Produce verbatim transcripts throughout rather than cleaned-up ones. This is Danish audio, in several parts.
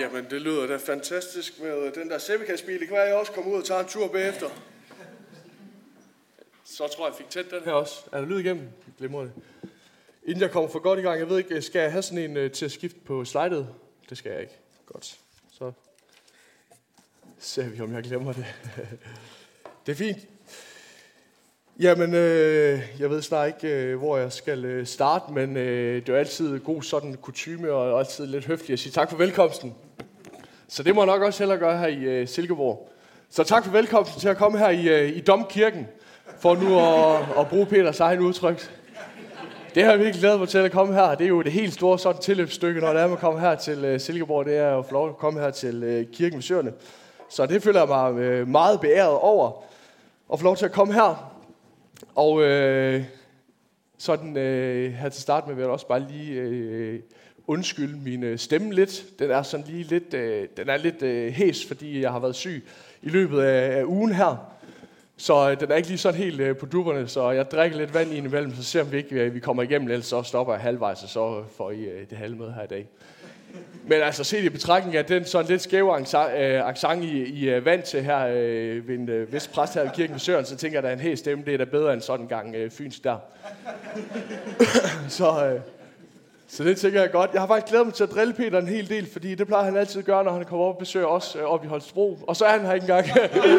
Jamen, det lyder da fantastisk med den der sæbekastbil. Det kan være, at jeg også kommer ud og tager en tur bagefter. Så tror jeg, jeg fik tæt den her også. Er der lyd igennem? Glimrende. Inden jeg kommer for godt i gang, jeg ved ikke, skal jeg have sådan en uh, til at skifte på slidet? Det skal jeg ikke. Godt. Så ser vi, om jeg glemmer det. Det er fint. Jamen, øh, jeg ved snart ikke, øh, hvor jeg skal øh, starte, men øh, det er jo altid god sådan kutyme og altid lidt høfligt at sige tak for velkomsten. Så det må jeg nok også hellere gøre her i øh, Silkeborg. Så tak for velkomsten til at komme her i, øh, i Domkirken, for nu at, at bruge Peters egen udtryk. Det har jeg virkelig glædet mig til at komme her. Det er jo det helt store sådan tilløbsstykke, når det er, man kommer her til øh, Silkeborg. Det er jo få lov at komme her til øh, Kirken ved Søerne. Så det føler jeg mig øh, meget beæret over at få lov til at komme her. Og øh, sådan øh, her til start med vil jeg også bare lige øh, undskylde min øh, stemme lidt. Den er sådan lige lidt, øh, den er lidt øh, hæs, fordi jeg har været syg i løbet af, af ugen her. Så øh, den er ikke lige sådan helt øh, på dupperne, så jeg drikker lidt vand ind imellem, så ser vi ikke, øh, vi kommer igennem, ellers så stopper jeg halvvejs, og så får I øh, det halve med her i dag. Men altså set i betragtning af den sådan lidt skæve accent I, I er vant til her øh, ved en øh, vis præst her i Kirken ved Søren, så tænker jeg, at der er en hæs stemme, det er da bedre end sådan en gang øh, fynsk der. så, øh, så det tænker jeg godt. Jeg har faktisk glædet mig til at drille Peter en hel del, fordi det plejer han altid at gøre, når han kommer op og besøger os øh, op i Holstebro. Og så er han her ikke engang.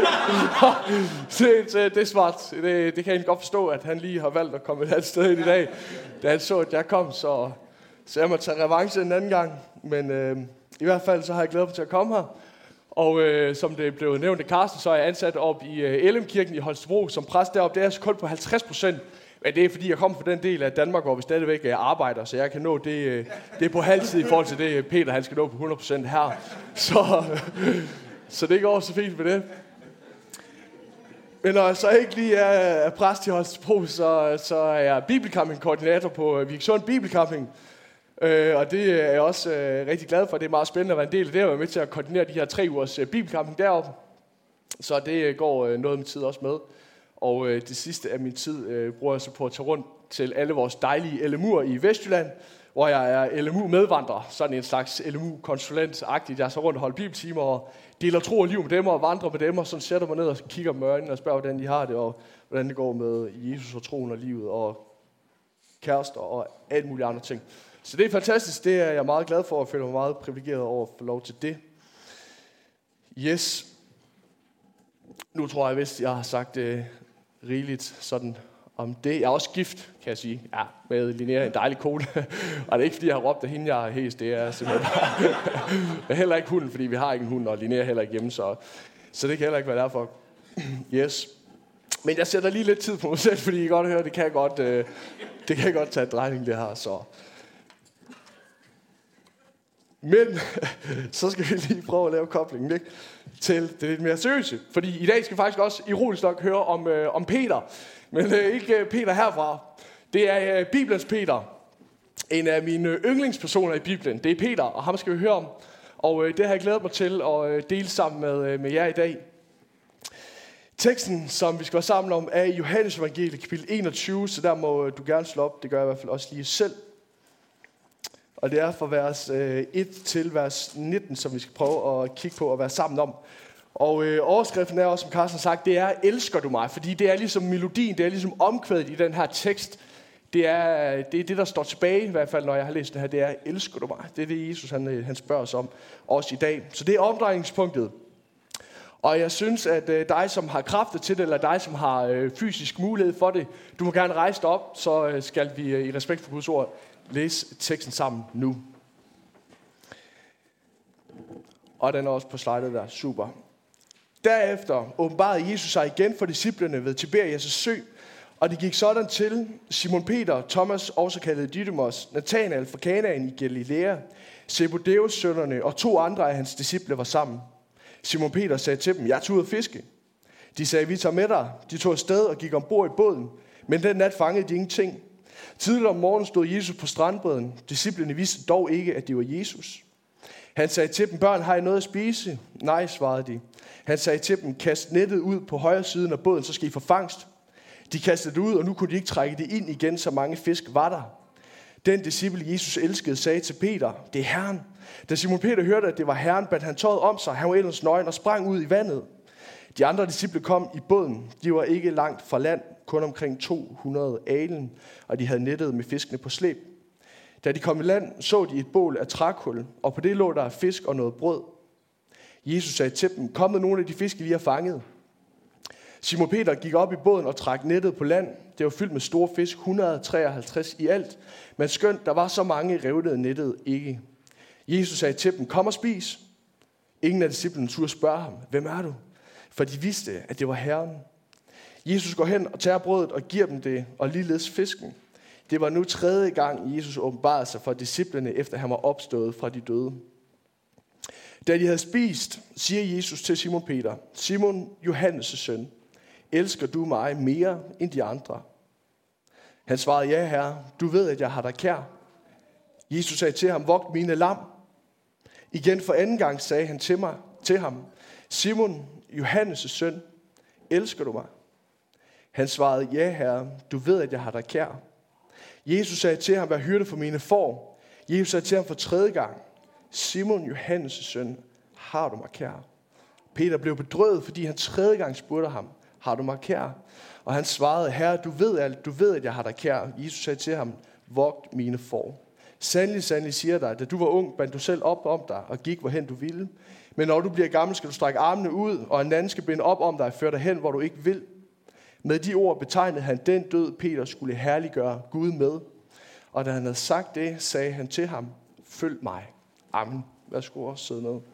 det, det, det er smart. Det, det kan jeg godt forstå, at han lige har valgt at komme et andet sted ind i dag, da han så, at jeg kom, så... Så jeg må tage revanche en anden gang, men øh, i hvert fald så har jeg glædet mig til at komme her. Og øh, som det blev nævnt af Carsten, så er jeg ansat op i øh, Ellemkirken i Holstebro som præst deroppe. Det er kun på halvtreds procent, men det er fordi jeg kommer fra den del af Danmark, hvor vi stadigvæk øh, arbejder, så jeg kan nå det, øh, det er på halvtid i forhold til det, Peter han skal nå på hundrede procent her. Så, øh, så det går så fint med det. Men når jeg så ikke lige er præst i Holstebro, så, så er jeg bibelcamping-koordinator på øh, Viksund Bibelcamping. Øh, og det er jeg også øh, rigtig glad for. Det er meget spændende at være en del af det, at være med til at koordinere de her tre ugers øh, bibelcamping deroppe. Så det går øh, noget af min tid også med. Og øh, det sidste af min tid øh, bruger jeg så på at tage rundt til alle vores dejlige L M U'er i Vestjylland, hvor jeg er L M U-medvandrer, sådan en slags L M U-konsulent-agtigt. Jeg er så rundt og holder bibeltimer og deler tro og liv med dem og vandrer med dem, og sådan sætter mig ned og kigger dem i øjnene og spørger, hvordan de har det, og hvordan det går med Jesus og troen og livet og kærester og alt muligt andre ting. Så det er fantastisk, det er jeg meget glad for, og føler mig meget privilegeret over at få lov til det. Yes. Nu tror jeg vist, jeg har sagt øh, rigeligt sådan om det. Jeg er også gift, kan jeg sige, ja, med Linnea, en dejlig kone. Og det er ikke, fordi jeg har råbt af hende, jeg er hæs, det er simpelthen bare... Jeg er heller ikke hunden, fordi vi har ikke en hund, og Linnea er heller ikke hjemme, så, så det kan heller ikke være derfor. Yes. Men jeg sætter lige lidt tid på mig selv, fordi I godt høre, det kan jeg godt, øh, det kan jeg godt tage et drejning, det her, så... Men så skal vi lige prøve at lave koblingen, ikke? Til det lidt mere seriøse. Fordi i dag skal vi faktisk også ironisk nok høre om, øh, om Peter. Men øh, ikke øh, Peter herfra. Det er øh, Bibelens Peter. En af mine yndlingspersoner i Bibelen. Det er Peter, og ham skal vi høre om. Og øh, det har jeg glædet mig til at øh, dele sammen med, øh, med jer i dag. Teksten, som vi skal være sammen om, er i Johannes Evangeliet, kapitel enogtyve. Så der må du gerne slå op. Det gør jeg i hvert fald også lige selv. Og det er fra vers øh, et til vers nitten, som vi skal prøve at kigge på og være sammen om. Og øh, overskriften er også, som Carsten har sagt, det er, elsker du mig? Fordi det er ligesom melodien, det er ligesom omkvædet i den her tekst. Det er det, er det der står tilbage, i hvert fald når jeg har læst det her, det er, elsker du mig? Det er det, Jesus han, han spørger os om, også i dag. Så det er omdrejningspunktet. Og jeg synes, at øh, dig, som har kræfter til det, eller dig, som har øh, fysisk mulighed for det, du må gerne rejse dig op, så øh, skal vi øh, i respekt for Guds ord læse teksten sammen nu. Og den er også på slidet der. Super. Derefter åbenbarede Jesus sig igen for disciplene ved Tiberias' sø, og det gik sådan til: Simon Peter, Thomas, også kaldet Didymus, Nathanael fra Kanaan i Galilea, Zebedeus sønnerne og to andre af hans disciple var sammen. Simon Peter sagde til dem: jeg tager ud at fiske. De sagde: vi tager med dig. De tog afsted og gik ombord i båden, men den nat fangede de ingenting. Tidligere om morgenen stod Jesus på strandbredden. Disciplene vidste dog ikke, at det var Jesus. Han sagde til dem: børn, har I noget at spise? Nej, svarede de. Han sagde til dem: kast nettet ud på højre siden af båden, så skal I få fangst. De kastede det ud, og nu kunne de ikke trække det ind igen, så mange fisk var der. Den disciple, Jesus elskede, sagde til Peter, det er Herren. Da Simon Peter hørte, at det var Herren, bandt han tøjet om sig. Han var ellers nøgen og sprang ud i vandet. De andre disciple kom i båden. De var ikke langt fra land, kun omkring to hundrede alen, og de havde nettet med fiskene på slæb. Da de kom i land, så de et bål af trækul, og på det lå der fisk og noget brød. Jesus sagde til dem, kom med nogle af de fisk, I lige har fanget. Simon Peter gik op i båden og trak nettet på land. Det var fyldt med store fisk, et hundrede og treoghalvtreds i alt. Men skønt der var så mange, revnede nettet ikke. Jesus sagde til dem, kom og spis. Ingen af disciplene turde spørge ham, hvem er du? For de vidste, at det var Herren. Jesus går hen og tager brødet og giver dem det, og ligeledes fisken. Det var nu tredje gang, Jesus åbenbarede sig for disciplene, efter han var opstået fra de døde. Da de havde spist, siger Jesus til Simon Peter, Simon, Johannes' søn, elsker du mig mere end de andre? Han svarede, ja herre, du ved, at jeg har dig kær. Jesus sagde til ham, vogt mine lam. Igen for anden gang sagde han til, mig, til ham, Simon, Johannes' søn, elsker du mig? Han svarede, ja herre, du ved, at jeg har dig kær. Jesus sagde til ham, vær hyrde for mine får. Jesus sagde til ham for tredje gang, Simon, Johannes' søn, har du mig kær? Peter blev bedrøvet, fordi han tredje gang spurgte ham, har du mig kær? Og han svarede, herre, du ved, at, du ved, at jeg har dig kær. Jesus sagde til ham, vogt mine får. Sandelig, sandelig siger dig, da du var ung, bandt du selv op om dig og gik, hvorhen du ville. Men når du bliver gammel, skal du strække armene ud, og en anden skal binde op om dig og føre dig hen, hvor du ikke vil. Med de ord betegnede han den død, Peter skulle herliggøre Gud med. Og da han havde sagt det, sagde han til ham, følg mig. Amen. Værsgo også sidde ned.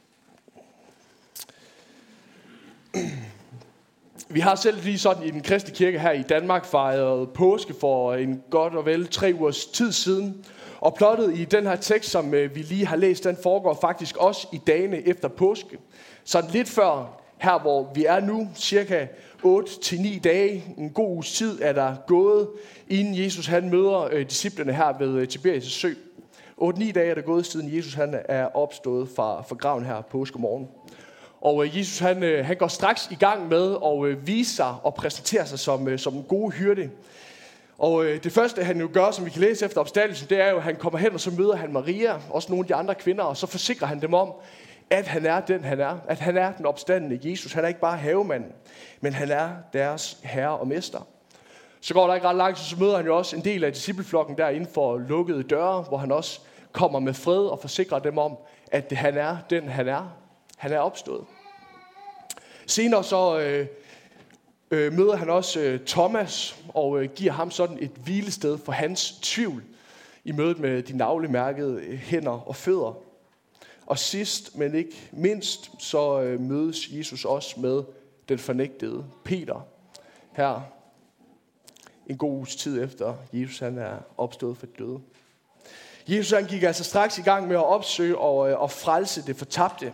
Vi har selv lige sådan i den kristne kirke her i Danmark fejret påske for en godt og vel tre ugers tid siden. Og plottet i den her tekst, som vi lige har læst, den foregår faktisk også i dagene efter påske. Så lidt før her, hvor vi er nu, cirka otte til ni dage, en god uges tid er der gået, inden Jesus han møder disciplene her ved Tiberias sø. otte til ni dage er der gået, siden Jesus han er opstået fra, fra graven her påskemorgen. Og Jesus han, han går straks i gang med at vise sig og præsentere sig som, som en god hyrde. Og det første han jo gør, som vi kan læse efter opstandelsen, det er jo, at han kommer hen, og så møder han Maria, også nogle af de andre kvinder, og så forsikrer han dem om, at han er den han er. At han er den opstandende Jesus. Han er ikke bare havemanden, men han er deres herre og mester. Så går der ikke ret langt, så møder han jo også en del af discipleflokken der inden for lukkede døre, hvor han også kommer med fred og forsikrer dem om, at han er den han er. Han er opstået. Senere så øh, øh, møder han også øh, Thomas og øh, giver ham sådan et hvilested for hans tvivl i mødet med de navlemærkede hænder og fødder. Og sidst, men ikke mindst, så øh, mødes Jesus også med den fornægtede Peter her en god uges tid efter Jesus han er opstået for døde. Jesus han gik altså straks i gang med at opsøge og, øh, og frelse det fortabte.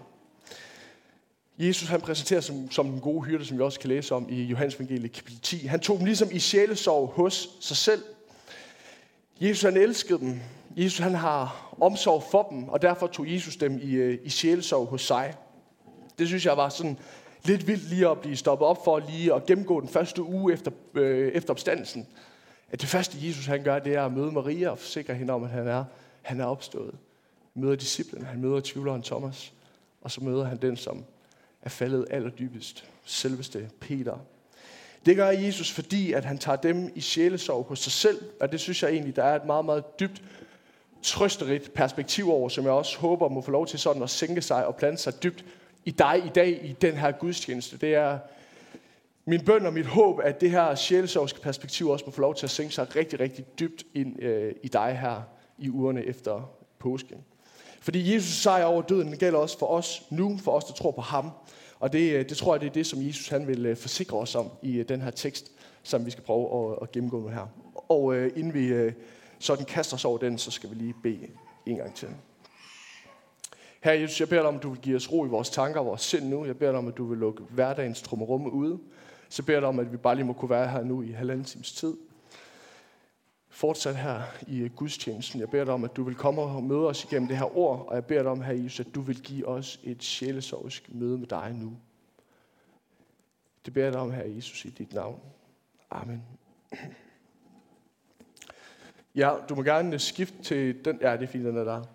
Jesus han præsenterer som, som den gode hyrde, som vi også kan læse om i Johannes evangeliet kapitel ti. Han tog dem ligesom i sjælesorg hos sig selv. Jesus han elskede dem. Jesus han har omsorg for dem, og derfor tog Jesus dem i, i sjælesorg hos sig. Det synes jeg var sådan lidt vildt lige at blive stoppet op for, lige at gennemgå den første uge efter, øh, efter opstandelsen. At det første Jesus han gør, det er at møde Maria og forsikre hende om, at han er, han er opstået. Han møder disciplen, han møder tvivleren Thomas, og så møder han den, som er faldet allerdybest, selveste Peter. Det gør Jesus, fordi at han tager dem i sjælesorg hos sig selv, og det synes jeg egentlig, der er et meget, meget dybt, trøsterigt perspektiv over, som jeg også håber må få lov til sådan at sænke sig og plante sig dybt i dig i dag, i den her gudstjeneste. Det er min bøn og mit håb, at det her sjælesorgske perspektiv også må få lov til at sænke sig rigtig, rigtig dybt ind øh, i dig her i ugerne efter påsken. Fordi Jesus sejr over døden, det gælder også for os nu, for os, der tror på ham. Og det, det tror jeg, det er det, som Jesus han vil forsikre os om i den her tekst, som vi skal prøve at, at gennemgå nu her. Og øh, inden vi øh, sådan kaster os over den, så skal vi lige bede en gang til. Herre Jesus, jeg beder dig om, at du vil give os ro i vores tanker og vores sind nu. Jeg beder dig om, at du vil lukke hverdagens trummerum ude. Så beder jeg dig om, at vi bare lige må kunne være her nu i halvanden times tid. Fortsat her i gudstjenesten. Jeg beder dig om, at du vil komme og møde os igennem det her ord, og jeg beder dig om, Herre Jesus, at du vil give os et sjælesorgisk møde med dig nu. Det beder jeg dig om, Herre Jesus, i dit navn. Amen. Ja, du må gerne skifte til den. Ja, det er fint, den er der.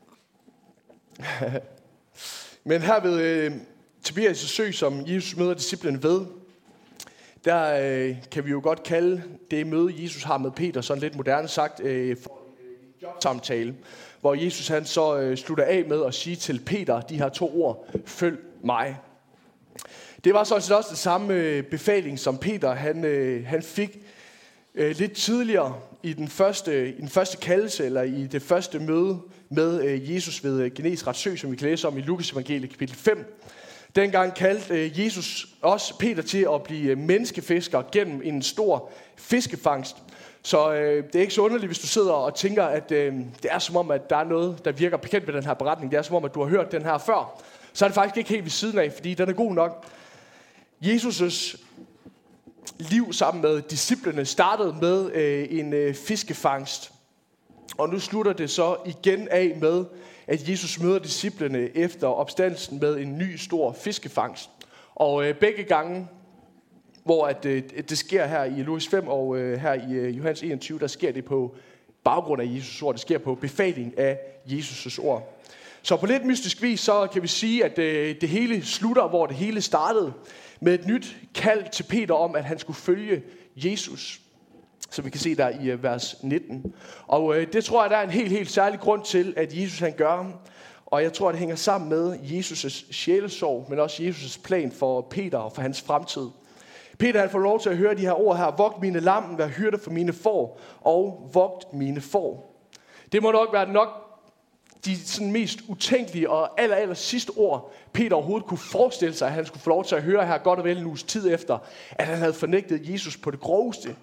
Men her ved øh, Tiberias' sø, som Jesus møder disciplene ved, der øh, kan vi jo godt kalde det møde, Jesus har med Peter, sådan lidt moderne sagt, øh, for en jobsamtale, hvor Jesus han så øh, slutter af med at sige til Peter de her to ord: følg mig. Det var sådan set også den samme øh, befaling, som Peter han, øh, han fik øh, lidt tidligere i den, første, i den første kaldelse, eller i det første møde med øh, Jesus ved øh, Genesarets sø, som vi kan læse om i Lukas evangeliet kapitel fem. Dengang kaldte øh, Jesus også Peter til at blive menneskefisker gennem en stor fiskefangst. Så øh, det er ikke så underligt, hvis du sidder og tænker, at øh, det er som om, at der er noget, der virker bekendt ved den her beretning. Det er som om, at du har hørt den her før. Så er det faktisk ikke helt ved siden af, fordi den er god nok. Jesus' liv sammen med disciplene startede med øh, en øh, fiskefangst. Og nu slutter det så igen af med, at Jesus møder disciplene efter opstandelsen med en ny stor fiskefangst. Og øh, begge gange, hvor at, øh, det sker her i Lukas fem og øh, her i øh, Johannes enogtyve, der sker det på baggrund af Jesus' ord. Det sker på befaling af Jesus' ord. Så på lidt mystisk vis, så kan vi sige, at øh, det hele slutter, hvor det hele startede, med et nyt kald til Peter om, at han skulle følge Jesus. Som vi kan se der i uh, vers nitten. Og uh, det tror jeg, der er en helt, helt særlig grund til, at Jesus han gør. Og jeg tror, det hænger sammen med Jesus' sjælesorg, men også Jesus' plan for Peter og for hans fremtid. Peter han får lov til at høre de her ord her: vogt mine lam, vær hyrde for mine får, og vogt mine får. Det må nok være nok de sådan mest utænkelige og aller, aller sidste ord, Peter overhovedet kunne forestille sig, at han skulle få lov til at høre her godt og vel en uges tid efter, at han havde fornægtet Jesus på det groveste.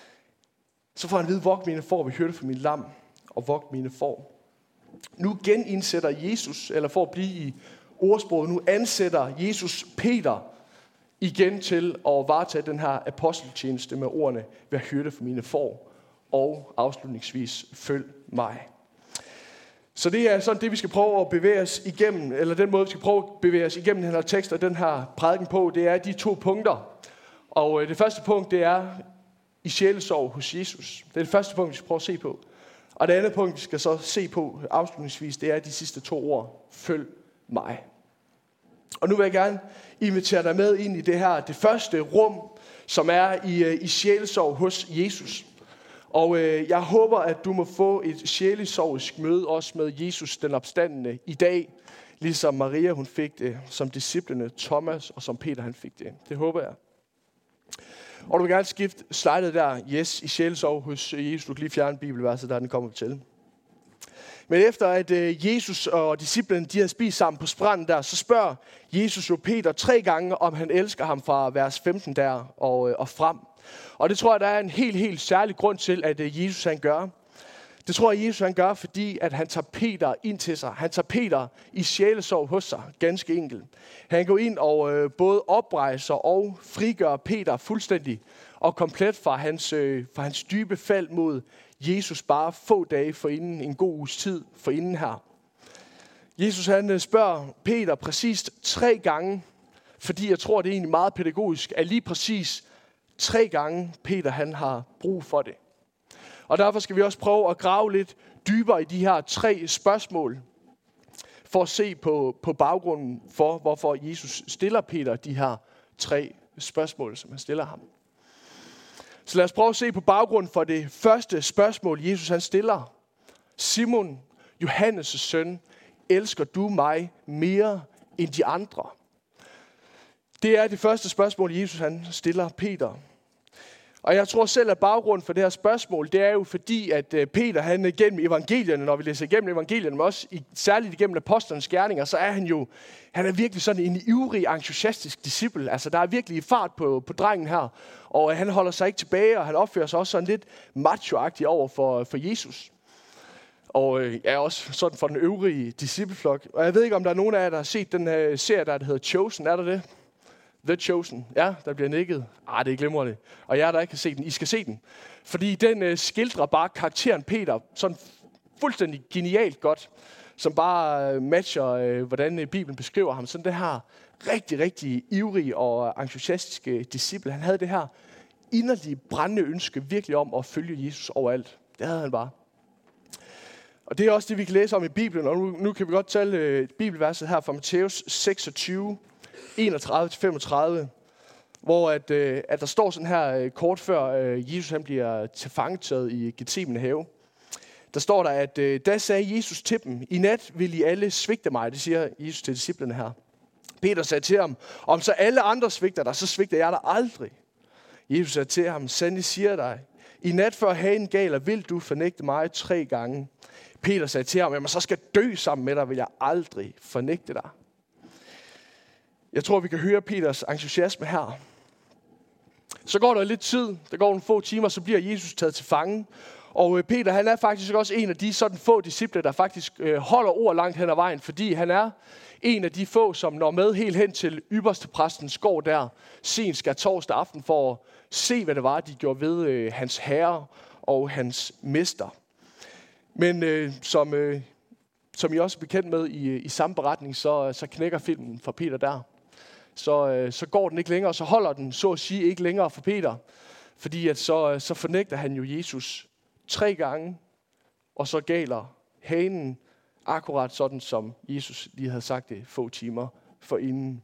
Så får han at vide: vogt mine får, vi hørte for min lam, og vogt mine får. Nu genindsætter Jesus, eller for at blive i ordsproget, nu ansætter Jesus Peter igen til at varetage den her aposteltjeneste med ordene: vær hyrde for mine får, og afslutningsvis følg mig. Så det er sådan det, vi skal prøve at bevæge os igennem, eller den måde, vi skal prøve at bevæge os igennem den her tekst og den her prædiken på, det er de to punkter. Og det første punkt, det er i sjælesorg hos Jesus. Det er det første punkt, vi skal prøve at se på. Og det andet punkt, vi skal så se på afslutningsvis, det er de sidste to ord: følg mig. Og nu vil jeg gerne invitere dig med ind i det her, det første rum, som er i, i sjælesorg hos Jesus. Og øh, jeg håber, at du må få et sjælesorgisk møde også med Jesus den opstandende i dag, ligesom Maria hun fik det, som disciplene Thomas og som Peter han fik det. Det håber jeg. Og du vil gerne skifte slidet der, yes, i sjælesorg hos Jesus. Du kan lige fjerne bibelverset, der den kommer til. Men efter at øh, Jesus og disciplene de har spist sammen på stranden der, så spørger Jesus jo Peter tre gange, om han elsker ham fra vers femten der og, øh, og frem. Og det tror jeg, der er en helt, helt særlig grund til, at øh, Jesus han gør. Det tror jeg, Jesus han gør, fordi at han tager Peter ind til sig. Han tager Peter i sjælesorg hos sig, ganske enkelt. Han går ind og øh, både oprejser og frigør Peter fuldstændig og komplet fra hans, øh, fra hans dybe fald mod Jesus bare få dage forinden, en god uges tid forinden her. Jesus han spørger Peter præcis tre gange, fordi jeg tror, det er egentlig meget pædagogisk, at lige præcis tre gange Peter han har brug for det. Og derfor skal vi også prøve at grave lidt dybere i de her tre spørgsmål, for at se på, på baggrunden for, hvorfor Jesus stiller Peter de her tre spørgsmål, som han stiller ham. Så lad os prøve at se på baggrunden for det første spørgsmål, Jesus han stiller. Simon, Johannes' søn, elsker du mig mere end de andre? Det er det første spørgsmål, Jesus han stiller Peter. Og jeg tror selv, at baggrunden for det her spørgsmål, det er jo fordi, at Peter, han igennem evangelierne, når vi læser igennem evangelierne, men også i, særligt igennem apostlernes gerninger, så er han jo, han er virkelig sådan en ivrig, entusiastisk disciple. Altså, der er virkelig fart på, på drengen her, og han holder sig ikke tilbage, og han opfører sig også sådan lidt macho-agtig over for, for Jesus. Og øh, er også sådan for den øvrige discipleflok. Og jeg ved ikke, om der er nogen af jer, der har set den her serie, der hedder Chosen. Er der det? The Chosen. Ja, der bliver nikket. Ah, det er glimrende. Og jer, der ikke har set den, I skal se den. Fordi den øh, skildrer bare karakteren Peter sådan fuldstændig genialt godt, som bare øh, matcher, øh, hvordan øh, Bibelen beskriver ham. Sådan det her rigtig, rigtig ivrige og entusiastiske disciple. Han havde det her inderlige, brændende ønske virkelig om at følge Jesus overalt. Det havde han bare. Og det er også det, vi kan læse om i Bibelen. Og nu, nu kan vi godt tale øh, bibelverset her fra Matthæus seksogtyve, enogtredive til femogtredive. Hvor at, øh, at der står sådan her øh, kort før øh, Jesus han bliver tilfangetaget i Getsemane have. Der står der, at øh, da sagde Jesus til dem, i nat vil I alle svigte mig. Det siger Jesus til disciplene her. Peter sagde til ham, om så alle andre svigter dig, så svigter jeg dig aldrig. Jesus sagde til ham, sandelig siger dig, i nat før hanen galer, vil du fornægte mig tre gange. Peter sagde til ham, jamen så skal jeg dø sammen med dig, vil jeg aldrig fornægte dig. Jeg tror, vi kan høre Peters entusiasme her. Så går der lidt tid, der går nogle få timer, så bliver Jesus taget til fange. Og Peter, han er faktisk også en af de sådan få disciple, der faktisk holder ord langt hen ad vejen, fordi han er en af de få, som når med helt hen til ypperstepræstens gård der, sen skal torsdag aften for at se, hvad det var, de gjorde ved øh, hans herre og hans mester. Men øh, som, øh, som I også er bekendt med i, i samme beretning, så, så knækker filmen for Peter der. Så, øh, så går den ikke længere, så holder den så at sige ikke længere for Peter. Fordi at så, så fornægter han jo Jesus tre gange, og så galer hanen akkurat sådan, som Jesus lige havde sagt det få timer forinden.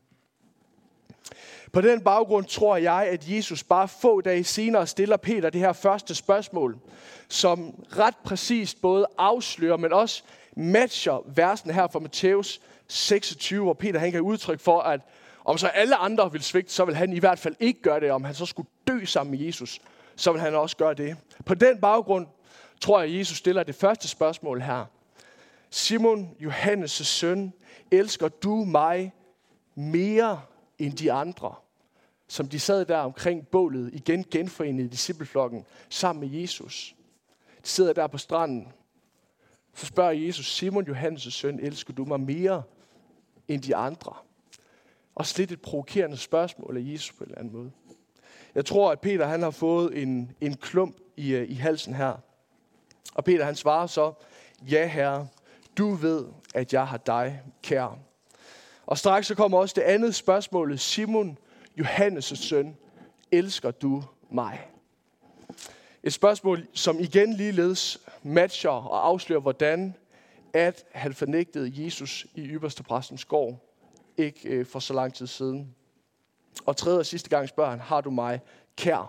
På den baggrund tror jeg, at Jesus bare få dage senere stiller Peter det her første spørgsmål, som ret præcist både afslører, men også matcher versene her fra Matthæus seksogtyve, hvor Peter han kan udtrykke for, at om så alle andre vil svigte, så vil han i hvert fald ikke gøre det. Om han så skulle dø sammen med Jesus, så vil han også gøre det. På den baggrund tror jeg, at Jesus stiller det første spørgsmål her. Simon, Johannes' søn, elsker du mig mere end de andre, som de sad der omkring bålet, igen genforenet i discipleflokken, sammen med Jesus. De sidder der på stranden. Så spørger Jesus, Simon, Johannes' søn, elsker du mig mere end de andre? Og lidt et provokerende spørgsmål af Jesus på en eller anden måde. Jeg tror, at Peter han har fået en, en klump i, i halsen her. Og Peter han svarer så, ja herre, du ved, at jeg har dig kær. Og straks så kommer også det andet spørgsmål. Simon, Johannes' søn, elsker du mig? Et spørgsmål, som igen ligeledes matcher og afslører, hvordan at han fornægtede Jesus i ypperstepræstens gård, ikke øh, for så lang tid siden. Og tredje og sidste gang spørger han, har du mig kær?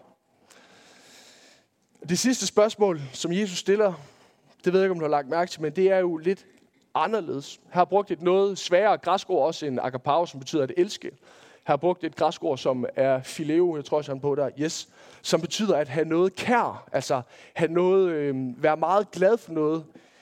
Det sidste spørgsmål, som Jesus stiller, det ved jeg ikke, om du har lagt mærke til, men det er jo lidt anderledes. Her har brugt et noget sværere græsk ord, også en agapao, som betyder at elske. Her har brugt et græsk ord, som er phileo, jeg tror også han på der, yes, som betyder at have noget kær, altså have noget, øh, være meget glad for noget.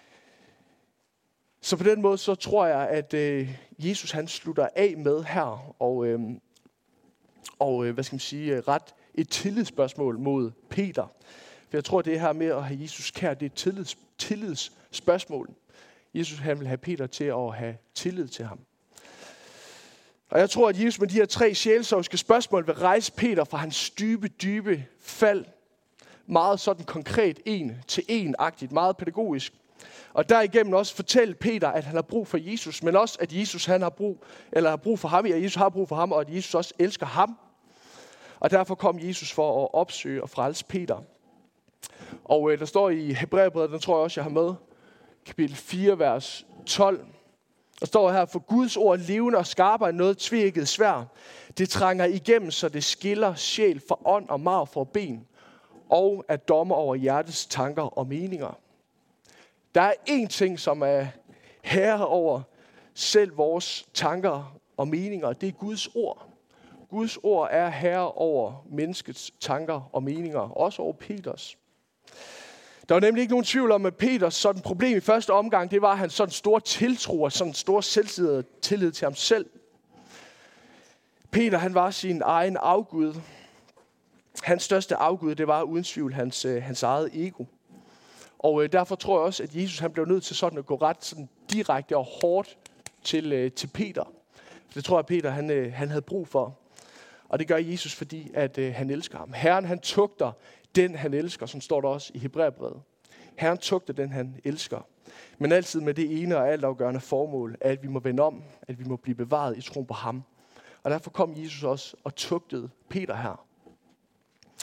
Så på den måde, så tror jeg, at øh, Jesus han slutter af med her, og, øh, og øh, hvad skal man sige, ret et tillidsspørgsmål mod Peter. For jeg tror, det her med at have Jesus kær, det er et tillids, tillidsspørgsmål. Jesus han vil have Peter til at have tillid til ham. Og jeg tror, at Jesus med de her tre sjælsovske spørgsmål vil rejse Peter fra hans dybe, dybe fald. Meget sådan konkret en til en-agtigt, meget pædagogisk. Og derigennem også fortælle Peter, at han har brug for Jesus, men også at Jesus han har brug, eller har brug for ham, ja, Jesus har brug for ham, og at Jesus også elsker ham. Og derfor kom Jesus for at opsøge og frelse Peter. Og øh, der står i Hebræerbrevet, den tror jeg også, jeg har med, kapitel fire, vers tolv. Der står her, for Guds ord levende og skarpere end noget tveægget sværd. Det trænger igennem, så det skiller sjæl fra ånd og marv fra ben, og er dommer over hjertets tanker og meninger. Der er én ting, som er herre over selv vores tanker og meninger, det er Guds ord. Guds ord er herre over menneskets tanker og meninger, også over Peters. Der var nemlig ikke nogen tvivl om, at Peters sådan problem i første omgang, det var, at han sådan stor tiltro og sådan stor selvtillid tillid til ham selv. Peter, han var sin egen afgud. Hans største afgud, det var uden tvivl hans, hans eget ego. Og øh, derfor tror jeg også, at Jesus han blev nødt til sådan at gå ret sådan direkte og hårdt til, øh, til Peter. Det tror jeg, Peter han, øh, han havde brug for. Og det gør Jesus, fordi at, øh, han elsker ham. Herren han tugter den, han elsker, som står der også i Hebræerbrevet. Herren tugter den, han elsker. Men altid med det ene og altafgørende formål, at vi må vende om, at vi må blive bevaret i troen på ham. Og derfor kom Jesus også og tugtede Peter her.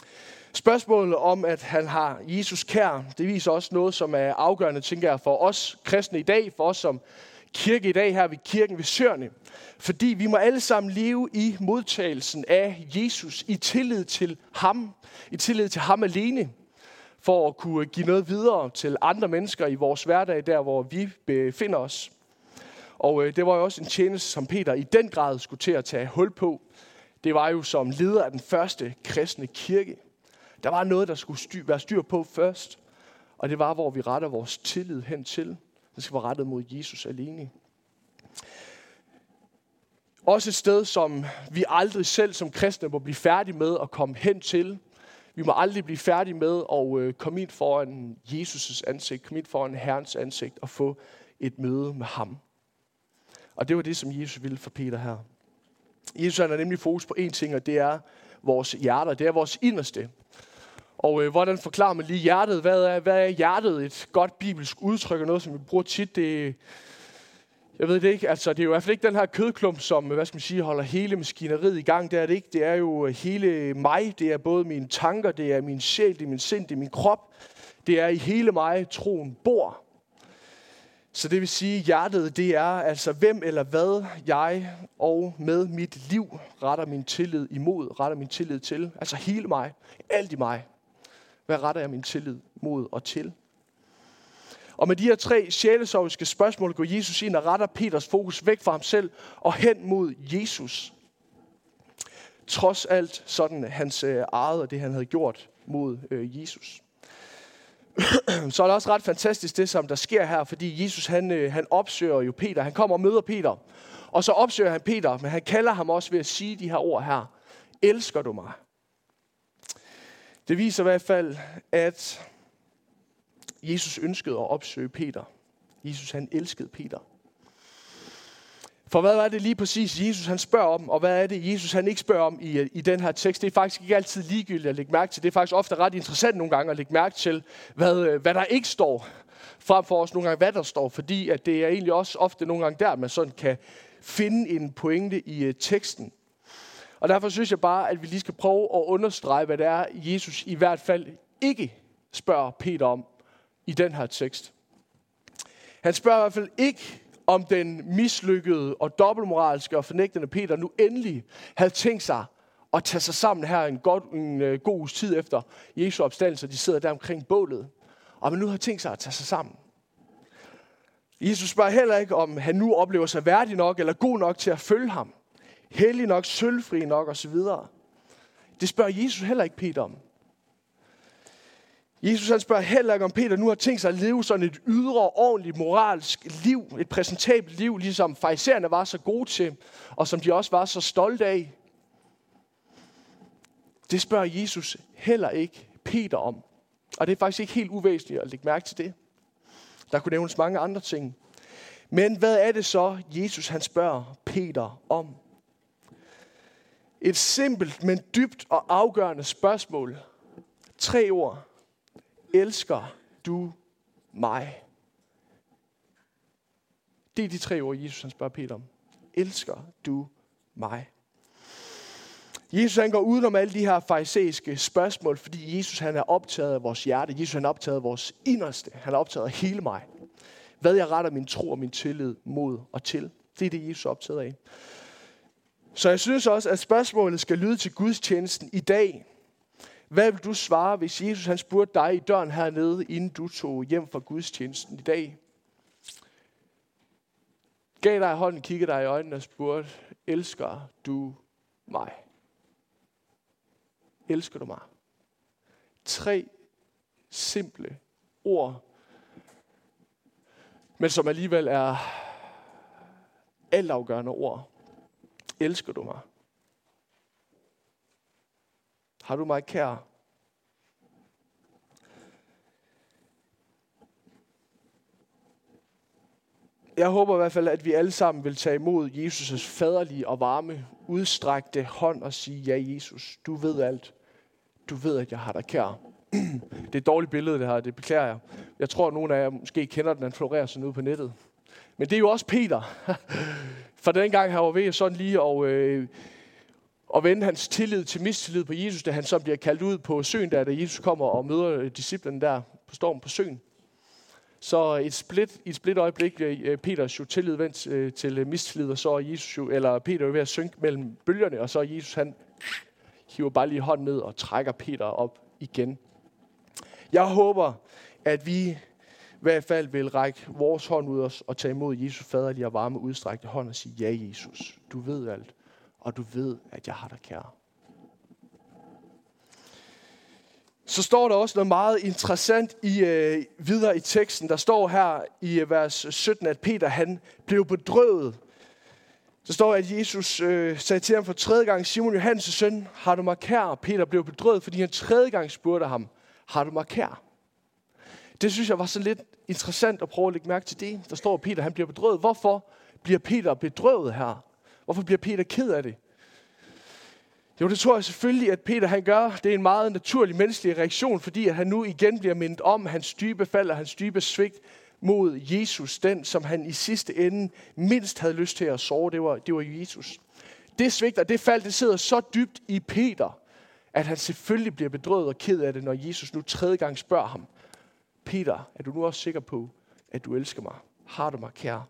Spørgsmålet om, at han har Jesus kær, det viser også noget, som er afgørende, tænker jeg, for os kristne i dag, for os som kirke i dag her ved kirken ved Søerne. Fordi vi må alle sammen leve i modtagelsen af Jesus, i tillid til ham, i tillid til ham alene, for at kunne give noget videre til andre mennesker i vores hverdag, der hvor vi befinder os. Og øh, det var jo også en tjeneste, som Peter i den grad skulle til at tage hul på. Det var jo som leder af den første kristne kirke. Der var noget, der skulle styr, være styr på først, og det var, hvor vi retter vores tillid hen til. Det skal være rettet mod Jesus alene. Også et sted, som vi aldrig selv som kristne må blive færdige med at komme hen til. Vi må aldrig blive færdige med at komme ind foran Jesus' ansigt, komme ind foran Herrens ansigt og få et møde med ham. Og det var det, som Jesus ville for Peter her. Jesus har nemlig fokus på én ting, og det er vores hjerter. Det er vores inderste. Og øh, hvordan forklarer man lige hjertet? Hvad er, hvad er hjertet? Et godt bibelsk udtryk og noget, som vi bruger tit. Det, jeg ved det ikke. Altså, det er jo i hvert fald ikke den her kødklump, som hvad skal man sige, holder hele maskineriet i gang. Det er det ikke. Det er jo hele mig. Det er både mine tanker, det er min sjæl, det er min sind, det er min krop. Det er i hele mig, troen bor. Så det vil sige, at hjertet, det er altså hvem eller hvad jeg og med mit liv retter min tillid imod, retter min tillid til. Altså hele mig, alt i mig. Hvad retter jeg min tillid mod og til? Og med de her tre sjælesorgiske spørgsmål går Jesus ind og retter Peters fokus væk fra ham selv og hen mod Jesus. Trods alt sådan hans eget og det, han havde gjort mod øh, Jesus. Så er det også ret fantastisk det, som der sker her, fordi Jesus han, han opsøger jo Peter. Han kommer og møder Peter, og så opsøger han Peter, men han kalder ham også ved at sige de her ord her. Elsker du mig? Det viser i hvert fald, at Jesus ønskede at opsøge Peter. Jesus han elskede Peter. For hvad er det lige præcis, Jesus han spørger om, og hvad er det, Jesus han ikke spørger om i, i den her tekst? Det er faktisk ikke altid ligegyldigt at lægge mærke til. Det er faktisk ofte ret interessant nogle gange at lægge mærke til, hvad, hvad der ikke står, frem for os nogle gange, hvad der står. Fordi at det er egentlig også ofte nogle gange der, at man sådan kan finde en pointe i uh, teksten. Og derfor synes jeg bare, at vi lige skal prøve at understrege, hvad det er, Jesus i hvert fald ikke spørger Peter om i den her tekst. Han spørger i hvert fald ikke, om den mislykkede og dobbeltmoralske og fornægtende Peter nu endelig havde tænkt sig at tage sig sammen her en, god, en uh, god uges tid efter Jesu opstandelse. De sidder der omkring bålet, og man nu har tænkt sig at tage sig sammen. Jesus spørger heller ikke, om han nu oplever sig værdig nok eller god nok til at følge ham. Hellig nok, sølvfri nok osv. Det spørger Jesus heller ikke Peter om. Jesus han spørger heller ikke, om Peter nu har tænkt sig at leve sådan et ydre, ordentligt, moralsk liv. Et præsentabelt liv, ligesom farisæerne var så gode til, og som de også var så stolte af. Det spørger Jesus heller ikke Peter om. Og det er faktisk ikke helt uvæsentligt at lægge mærke til det. Der kunne nævnes mange andre ting. Men hvad er det så, Jesus han spørger Peter om? Et simpelt, men dybt og afgørende spørgsmål. Tre ord. Elsker du mig? Det er de tre ord, Jesus han spørger Peter om. Elsker du mig? Jesus han går udenom alle de her farisæiske spørgsmål, fordi Jesus han er optaget af vores hjerte. Jesus han er optaget af vores inderste. Han er optaget af hele mig. Hvad jeg retter min tro og min tillid mod og til. Det er det, Jesus er optaget af. Så jeg synes også, at spørgsmålet skal lyde til gudstjenesten i dag. Hvad vil du svare, hvis Jesus han spurgte dig i døren hernede, inden du tog hjem fra gudstjenesten i dag? Gav dig hånden, kiggede dig i øjnene og spurgte, elsker du mig? Elsker du mig? Tre simple ord, men som alligevel er altafgørende ord. Elsker du mig? Har du mig kær? Jeg håber i hvert fald, at vi alle sammen vil tage imod Jesus' faderlige og varme, udstrakte hånd og sige, ja Jesus, du ved alt. Du ved, at jeg har dig kær. Det er et dårligt billede, det her, det beklager jeg. Jeg tror, at nogle af jer måske kender den, han florerer sådan ude på nettet. Men det er jo også Peter. For den gang han var ved sådan lige og... Øh, og vende hans tillid til mistillid på Jesus, da han så bliver kaldt ud på søen, der, da Jesus kommer og møder disciplen der på stormen på søen. Så et split, i et split øjeblik bliver Peters jo tillid vendt til mistillid, og så er Jesus jo, eller Peter jo ved at synke mellem bølgerne, og så er Jesus, han hiver bare lige hånden ned og trækker Peter op igen. Jeg håber, at vi i hvert fald vil række vores hånd ud os og tage imod Jesus faderlige og varme udstrakte hånd og sige, ja Jesus, du ved alt, og du ved, at jeg har dig kær. Så står der også noget meget interessant i, øh, videre i teksten. Der står her i vers sytten, at Peter han blev bedrøvet. Så står at Jesus øh, sagde til ham for tredje gang, Simon Johannes' søn, har du mig kær? Peter blev bedrøvet, fordi han tredje gang spurgte ham, har du mig kær? Det synes jeg var så lidt interessant at prøve at lægge mærke til det. Der står, at Peter han bliver bedrøvet. Hvorfor bliver Peter bedrøvet her? Hvorfor bliver Peter ked af det? Jo, det tror jeg selvfølgelig, at Peter han gør. Det er en meget naturlig menneskelig reaktion, fordi at han nu igen bliver mindet om hans dybe fald og hans dybe svigt mod Jesus. Den, som han i sidste ende mindst havde lyst til at sove, det var, det var Jesus. Det svigt og det fald, det sidder så dybt i Peter, at han selvfølgelig bliver bedrøvet og ked af det, når Jesus nu tredje gang spørger ham, Peter, er du nu også sikker på, at du elsker mig? Har du mig kær?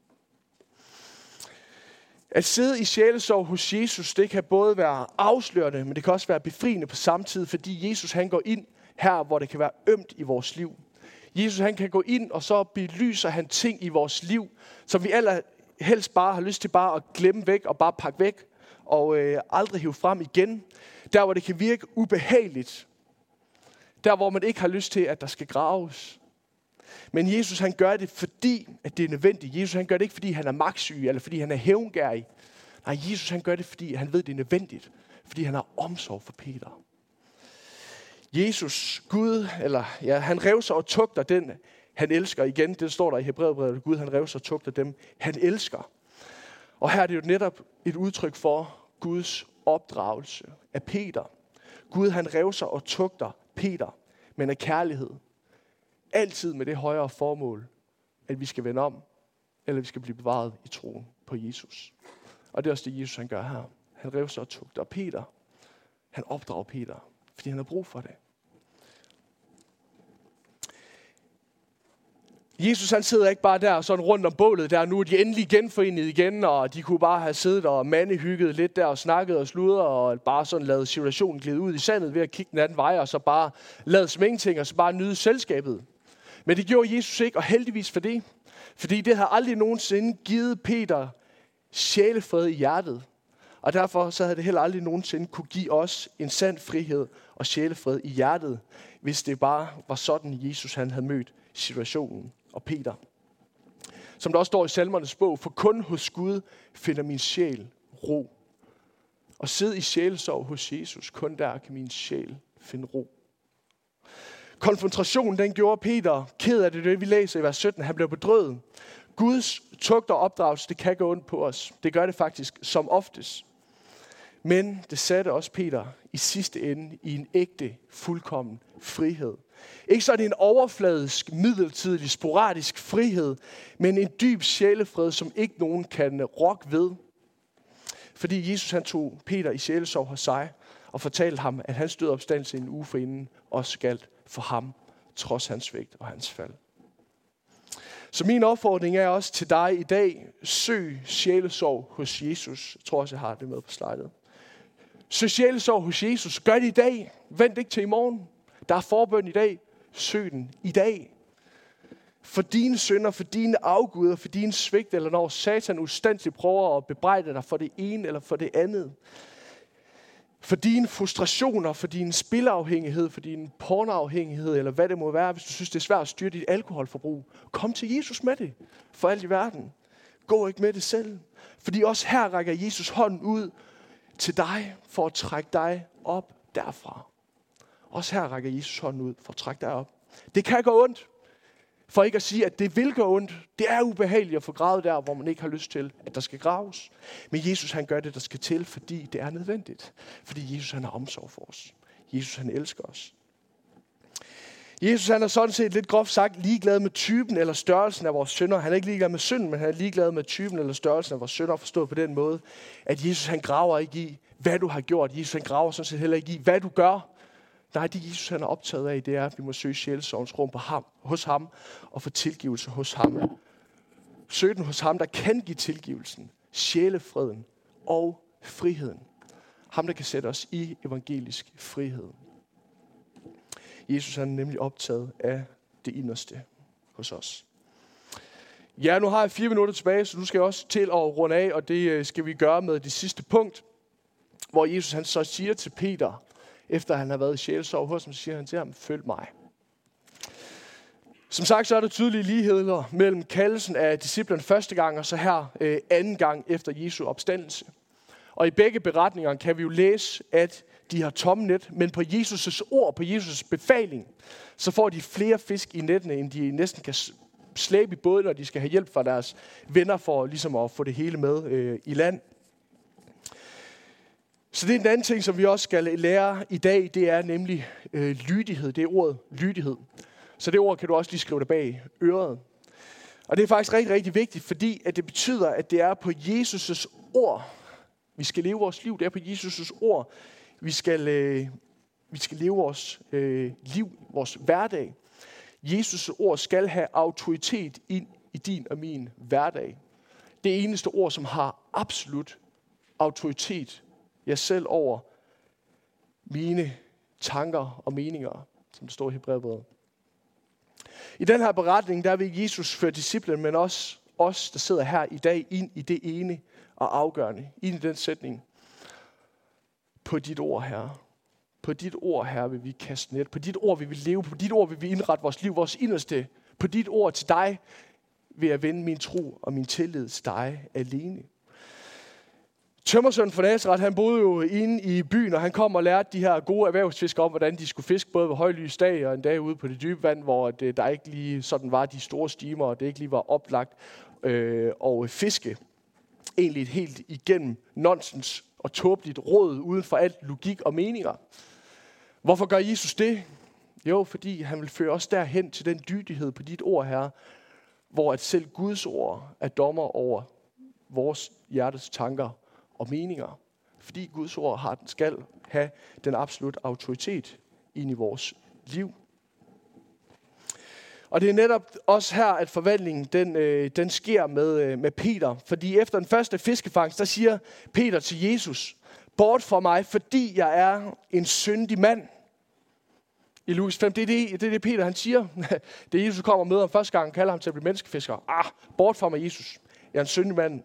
At sidde i sjælesorg hos Jesus, det kan både være afslørende, men det kan også være befriende på samme tid, fordi Jesus han går ind her, hvor det kan være ømt i vores liv. Jesus han kan gå ind, og så belyser han ting i vores liv, som vi allerhelst bare har lyst til bare at glemme væk og bare pakke væk og øh, aldrig hive frem igen. Der, hvor det kan virke ubehageligt. Der, hvor man ikke har lyst til, at der skal graves. Men Jesus han gør det, fordi at det er nødvendigt. Jesus han gør det ikke, fordi han er magtsyg, eller fordi han er hævngærig. Nej, Jesus han gør det, fordi han ved, det er nødvendigt. Fordi han har omsorg for Peter. Jesus, Gud, eller ja, han revser og tugter den, han elsker. Igen, det står der i Hebræerbrevet, Gud han revser og tugter dem, han elsker. Og her er det jo netop et udtryk for Guds opdragelse af Peter. Gud han revser og tugter Peter, men af kærlighed. Altid med det højere formål, at vi skal vende om, eller vi skal blive bevaret i troen på Jesus. Og det er også det, Jesus han gør her. Han revser og tugter Peter. Han opdrager Peter, fordi han har brug for det. Jesus han sidder ikke bare der sådan rundt om bålet der. Nu er de endelig genforenet igen, og de kunne bare have siddet og mandehygget lidt der og snakket og sludret og bare sådan lavet situationen glide ud i sandet ved at kigge den anden vej og så bare lade som ingenting og så bare nyde selskabet. Men det gjorde Jesus ikke, og heldigvis for det. Fordi det havde aldrig nogensinde givet Peter sjælefred i hjertet. Og derfor så havde det heller aldrig nogensinde kunne give os en sand frihed og sjælefred i hjertet, hvis det bare var sådan, Jesus han havde mødt situationen og Peter. Som der også står i Salmernes bog, for kun hos Gud finder min sjæl ro. Og sidde i sjælesorg hos Jesus, kun der kan min sjæl finde ro. Konfrontationen, den gjorde Peter ked af det, det vi læser i vers sytten. Han blev bedrøvet. Guds tugt og opdragelse, det kan gå ondt på os. Det gør det faktisk som oftest. Men det satte også Peter i sidste ende i en ægte, fuldkommen frihed. Ikke sådan en overfladisk, midlertidig, sporadisk frihed, men en dyb sjælefred, som ikke nogen kan rokke ved. Fordi Jesus han tog Peter i sjælesorg hos sig og fortalte ham, at hans død opstandelse en uge forinden også galt for ham, trods hans svigt og hans fald. Så min opfordring er også til dig i dag, søg sjælesorg hos Jesus. Jeg tror også, jeg har det med på slidet. Søg sjælesorg hos Jesus. Gør det i dag. Vent ikke til i morgen. Der er forbøn i dag. Søg den i dag. For dine synder, for dine afguder, for dine svigt, eller når Satan ustandsligt prøver at bebrejde dig for det ene eller for det andet. For dine frustrationer, for din spilafhængighed, for din pornoafhængighed, eller hvad det må være, hvis du synes, det er svært at styre dit alkoholforbrug. Kom til Jesus med det, for alt i verden. Gå ikke med det selv. Fordi også her rækker Jesus hånden ud til dig, for at trække dig op derfra. Også her rækker Jesus hånden ud, for at trække dig op. Det kan gå ondt. For ikke at sige, at det vil gå ondt. Det er ubehageligt at få gravet der, hvor man ikke har lyst til, at der skal graves. Men Jesus han gør det, der skal til, fordi det er nødvendigt. Fordi Jesus han har omsorg for os. Jesus han elsker os. Jesus han er sådan set lidt groft sagt ligeglad med typen eller størrelsen af vores synder. Han er ikke ligeglad med synden, men han er ligeglad med typen eller størrelsen af vores synder, forstået på den måde, at Jesus han graver ikke i, hvad du har gjort. Jesus han graver sådan set heller ikke i, hvad du gør. Nej, det Jesus han er optaget af, det er, at vi må søge sjælsorgens rum på ham, hos ham og få tilgivelse hos ham. Søg den hos ham, der kan give tilgivelsen, sjælefreden og friheden. Ham, der kan sætte os i evangelisk frihed. Jesus han er nemlig optaget af det inderste hos os. Ja, nu har jeg fire minutter tilbage, så nu skal jeg også til at runde af, og det skal vi gøre med det sidste punkt, hvor Jesus han så siger til Peter, efter han har været i sjælsorg hos ham, så siger han til ham, følg mig. Som sagt, så er der tydelige ligheder mellem kaldelsen af disciplen første gang, og så her øh, anden gang efter Jesu opstandelse. Og i begge beretninger kan vi jo læse, at de har tomme net, men på Jesus' ord, på Jesus' befaling, så får de flere fisk i nettene, end de næsten kan slæbe i båden, når de skal have hjælp fra deres venner for ligesom at få det hele med øh, i land. Så det er en anden ting, som vi også skal lære i dag, det er nemlig øh, lydighed. Det er ordet lydighed. Så det ord kan du også lige skrive det bag øret. Og det er faktisk rigtig, rigtig vigtigt, fordi at det betyder, at det er på Jesus' ord, vi skal leve vores liv. Det er på Jesus' ord, vi skal, øh, vi skal leve vores øh, liv, vores hverdag. Jesus' ord skal have autoritet ind i din og min hverdag. Det eneste ord, som har absolut autoritet, jeg selv over mine tanker og meninger, som der står i Hebræerbrevet. I den her beretning, der vil Jesus føre disciplen, men også os, der sidder her i dag, ind i det ene og afgørende. Ind i den sætning. På dit ord, Herre. På dit ord, Herre, vil vi kaste net. På dit ord vil vi leve. På dit ord vil vi indrette vores liv, vores inderste. På dit ord til dig vil jeg vende min tro og min tillid til dig alene. Tømmersønnen fra Nazareth, han boede jo inde i byen, og han kom og lærte de her gode erhvervsfiskere om, hvordan de skulle fiske, både ved højlys dag og en dag ude på det dybe vand, hvor det, der ikke lige sådan var de store stimer, og det ikke lige var oplagt øh, og fiske. Egentlig et helt igennem nonsens og tåbeligt råd, uden for alt logik og meninger. Hvorfor gør Jesus det? Jo, fordi han vil føre os derhen til den dydighed på dit ord, Herre, hvor at selv Guds ord er dommer over vores hjertes tanker og meninger. Fordi Guds ord har, skal have den absolut autoritet ind i vores liv. Og det er netop også her, at forvandlingen den, øh, den sker med, øh, med Peter. Fordi efter den første fiskefangst, der siger Peter til Jesus, bort fra mig, fordi jeg er en syndig mand. I Lukas fem, det er det, det, er det Peter han siger. Det Jesus kommer med om første gang, kalder ham til at blive menneskefisker. Ah, bort fra mig, Jesus. Jeg er en syndig mand.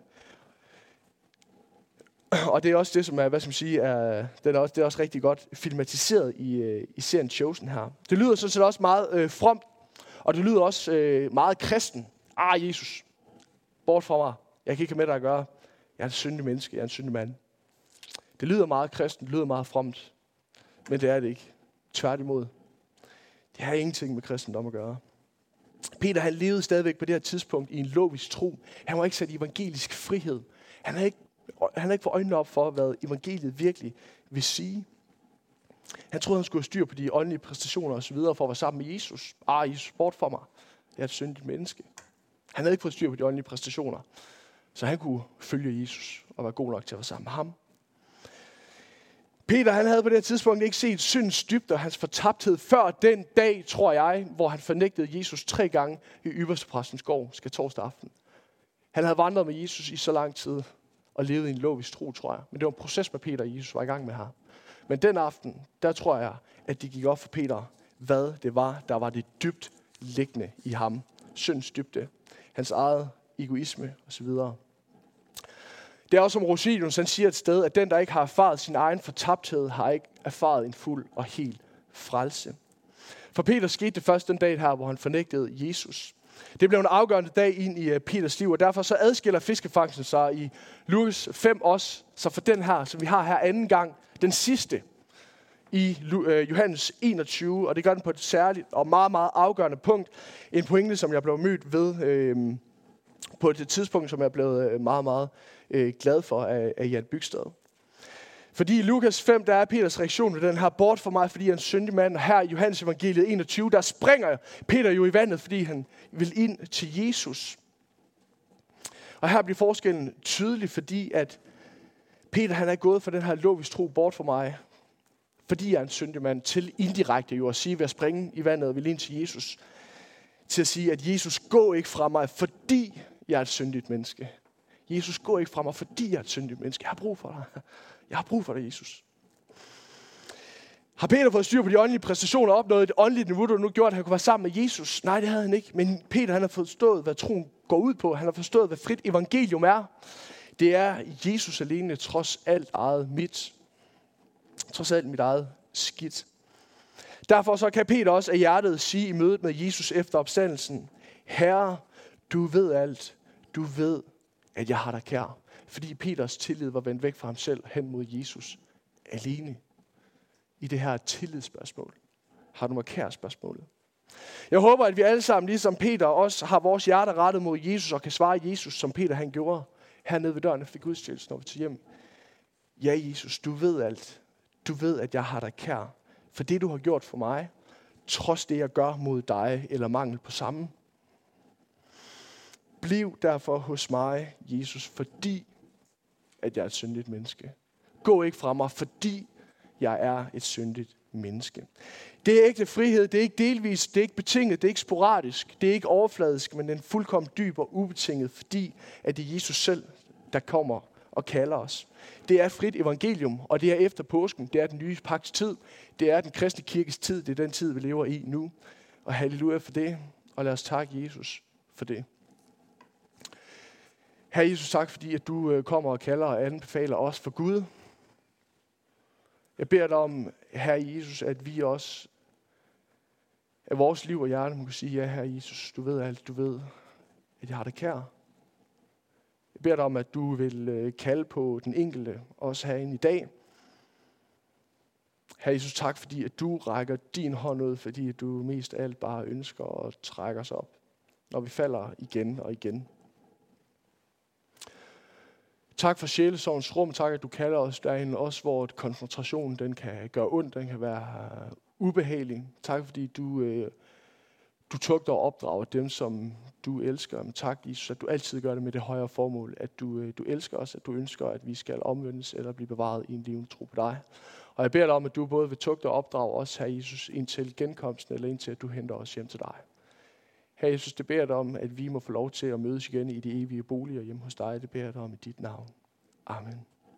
Og det er også det, som er, hvad skal man sige, er, det er også, det er også rigtig godt filmatiseret i, i serien Chosen her. Det lyder sådan set også meget øh, fromt, og det lyder også øh, meget kristen. Ah, Jesus, bort fra mig. Jeg kan ikke have med dig at gøre. Jeg er en syndig menneske, jeg er en syndig mand. Det lyder meget kristen, det lyder meget fromt, men det er det ikke. Tværtimod. Det har ingenting med kristendom at gøre. Peter han levede stadigvæk på det her tidspunkt i en logisk tro. Han var ikke sat i evangelisk frihed. Han havde ikke Han har ikke fået øjnene op for, hvad evangeliet virkelig vil sige. Han troede, han skulle have styr på de åndelige præstationer og så videre for at være sammen med Jesus. Ah, Jesus, bort fra mig. Jeg er et syndigt menneske. Han havde ikke fået styr på de åndelige præstationer, så han kunne følge Jesus og være god nok til at være sammen med ham. Peter han havde på det her tidspunkt ikke set syndens dybde og hans fortabthed før den dag, tror jeg, hvor han fornægtede Jesus tre gange i ypperstepræstens gård, skal torsdag aften. Han havde vandret med Jesus i så lang tid og levede i en logisk tro, tror jeg. Men det var en proces med Peter og Jesus var i gang med her. Men den aften, der tror jeg, at det gik op for Peter, hvad det var, der var det dybt liggende i ham. Syndens dybde, hans eget egoisme osv. Det er også som Rosinius, han siger et sted, at den, der ikke har erfaret sin egen fortabthed, har ikke erfaret en fuld og hel frelse. For Peter skete det først den dag her, hvor han fornægtede Jesus. Det blev en afgørende dag ind i Peters liv, og derfor så adskiller fiskefangsten sig i Lukas fem også, så for den her, som vi har her anden gang, den sidste i Johannes enogtyve, og det gør den på et særligt og meget, meget afgørende punkt. En pointe, som jeg blev mødt ved øh, på et tidspunkt, som jeg blev meget, meget øh, glad for af, af Jan Bygstad. Fordi i Lukas fem, der er Peters reaktion på den her, bort for mig, fordi jeg er en syndig mand. Og her i Johannes evangeliet enogtyve, der springer Peter jo i vandet, fordi han vil ind til Jesus. Og her bliver forskellen tydelig, fordi at Peter han er gået fra den her lovisk tro bort for mig, fordi jeg er en syndig mand, til indirekte jo at sige ved at springe i vandet og vil ind til Jesus, til at sige, at Jesus gå ikke fra mig, fordi jeg er et syndigt menneske. Jesus gå ikke fra mig, fordi jeg er et syndigt menneske. Jeg har brug for dig. Jeg har brug for dig, Jesus. Har Peter fået styr på de åndelige præstationer og opnået et åndeligt niveau, der nu gjort, at han kunne være sammen med Jesus? Nej, det havde han ikke. Men Peter han har forstået, hvad troen går ud på. Han har forstået, hvad frit evangelium er. Det er Jesus alene, trods alt eget mit. Trods alt mit eget skidt. Derfor så kan Peter også af hjertet sige i mødet med Jesus efter opstandelsen: Herre, du ved alt. Du ved, at jeg har dig kær. Fordi Peters tillid var vendt væk fra ham selv hen mod Jesus alene. I det her tillidsspørgsmål. Har du mig kær spørgsmålet? Jeg håber, at vi alle sammen, ligesom Peter, også har vores hjerte rettet mod Jesus og kan svare Jesus, som Peter han gjorde hernede ved døren efter gudstjenesten, når vi tager hjem. Ja, Jesus, du ved alt. Du ved, at jeg har dig kær. For det, du har gjort for mig, trods det, jeg gør mod dig, eller mangel på samme. Bliv derfor hos mig, Jesus, fordi at jeg er et syndigt menneske. Gå ikke fra mig, fordi jeg er et syndigt menneske. Det er ikke frihed, det er ikke delvis, det er ikke betinget, det er ikke sporadisk, det er ikke overfladisk, men den er fuldkommen dyb og ubetinget, fordi at det er Jesus selv, der kommer og kalder os. Det er et frit evangelium, og det er efter påsken, det er den nye pagts tid, det er den kristne kirkes tid, det er den tid, vi lever i nu. Og halleluja for det, og lad os takke Jesus for det. Herre Jesus, tak fordi at du kommer og kalder og anbefaler os for Gud. Jeg beder dig om, Herre Jesus, at vi også af vores liv og hjerte må kunne sige, ja, Herre Jesus, du ved alt, du ved, at jeg har dig kær. Jeg beder dig om, at du vil kalde på den enkelte, også herinde i dag. Herre Jesus, tak fordi at du rækker din hånd ud, fordi at du mest af alt bare ønsker at trække os op, når vi falder igen og igen. Tak for sjælesorgens rum. Tak, at du kalder os derinde, også hvor koncentrationen den kan gøre ondt, den kan være ubehagelig. Tak, fordi du, øh, du tugter og opdrager dem, som du elsker. Men tak, Jesus, at du altid gør det med det højere formål, at du, øh, du elsker os, at du ønsker, at vi skal omvendes eller blive bevaret i en levende tro på dig. Og jeg beder dig om, at du både vil tugte og opdrage os, Herre Jesus, indtil genkomsten, eller indtil at du henter os hjem til dig. Herre Jesus, det beder jeg dig om, at vi må få lov til at mødes igen i de evige boliger hjemme hos dig. Det beder jeg dig om i dit navn. Amen.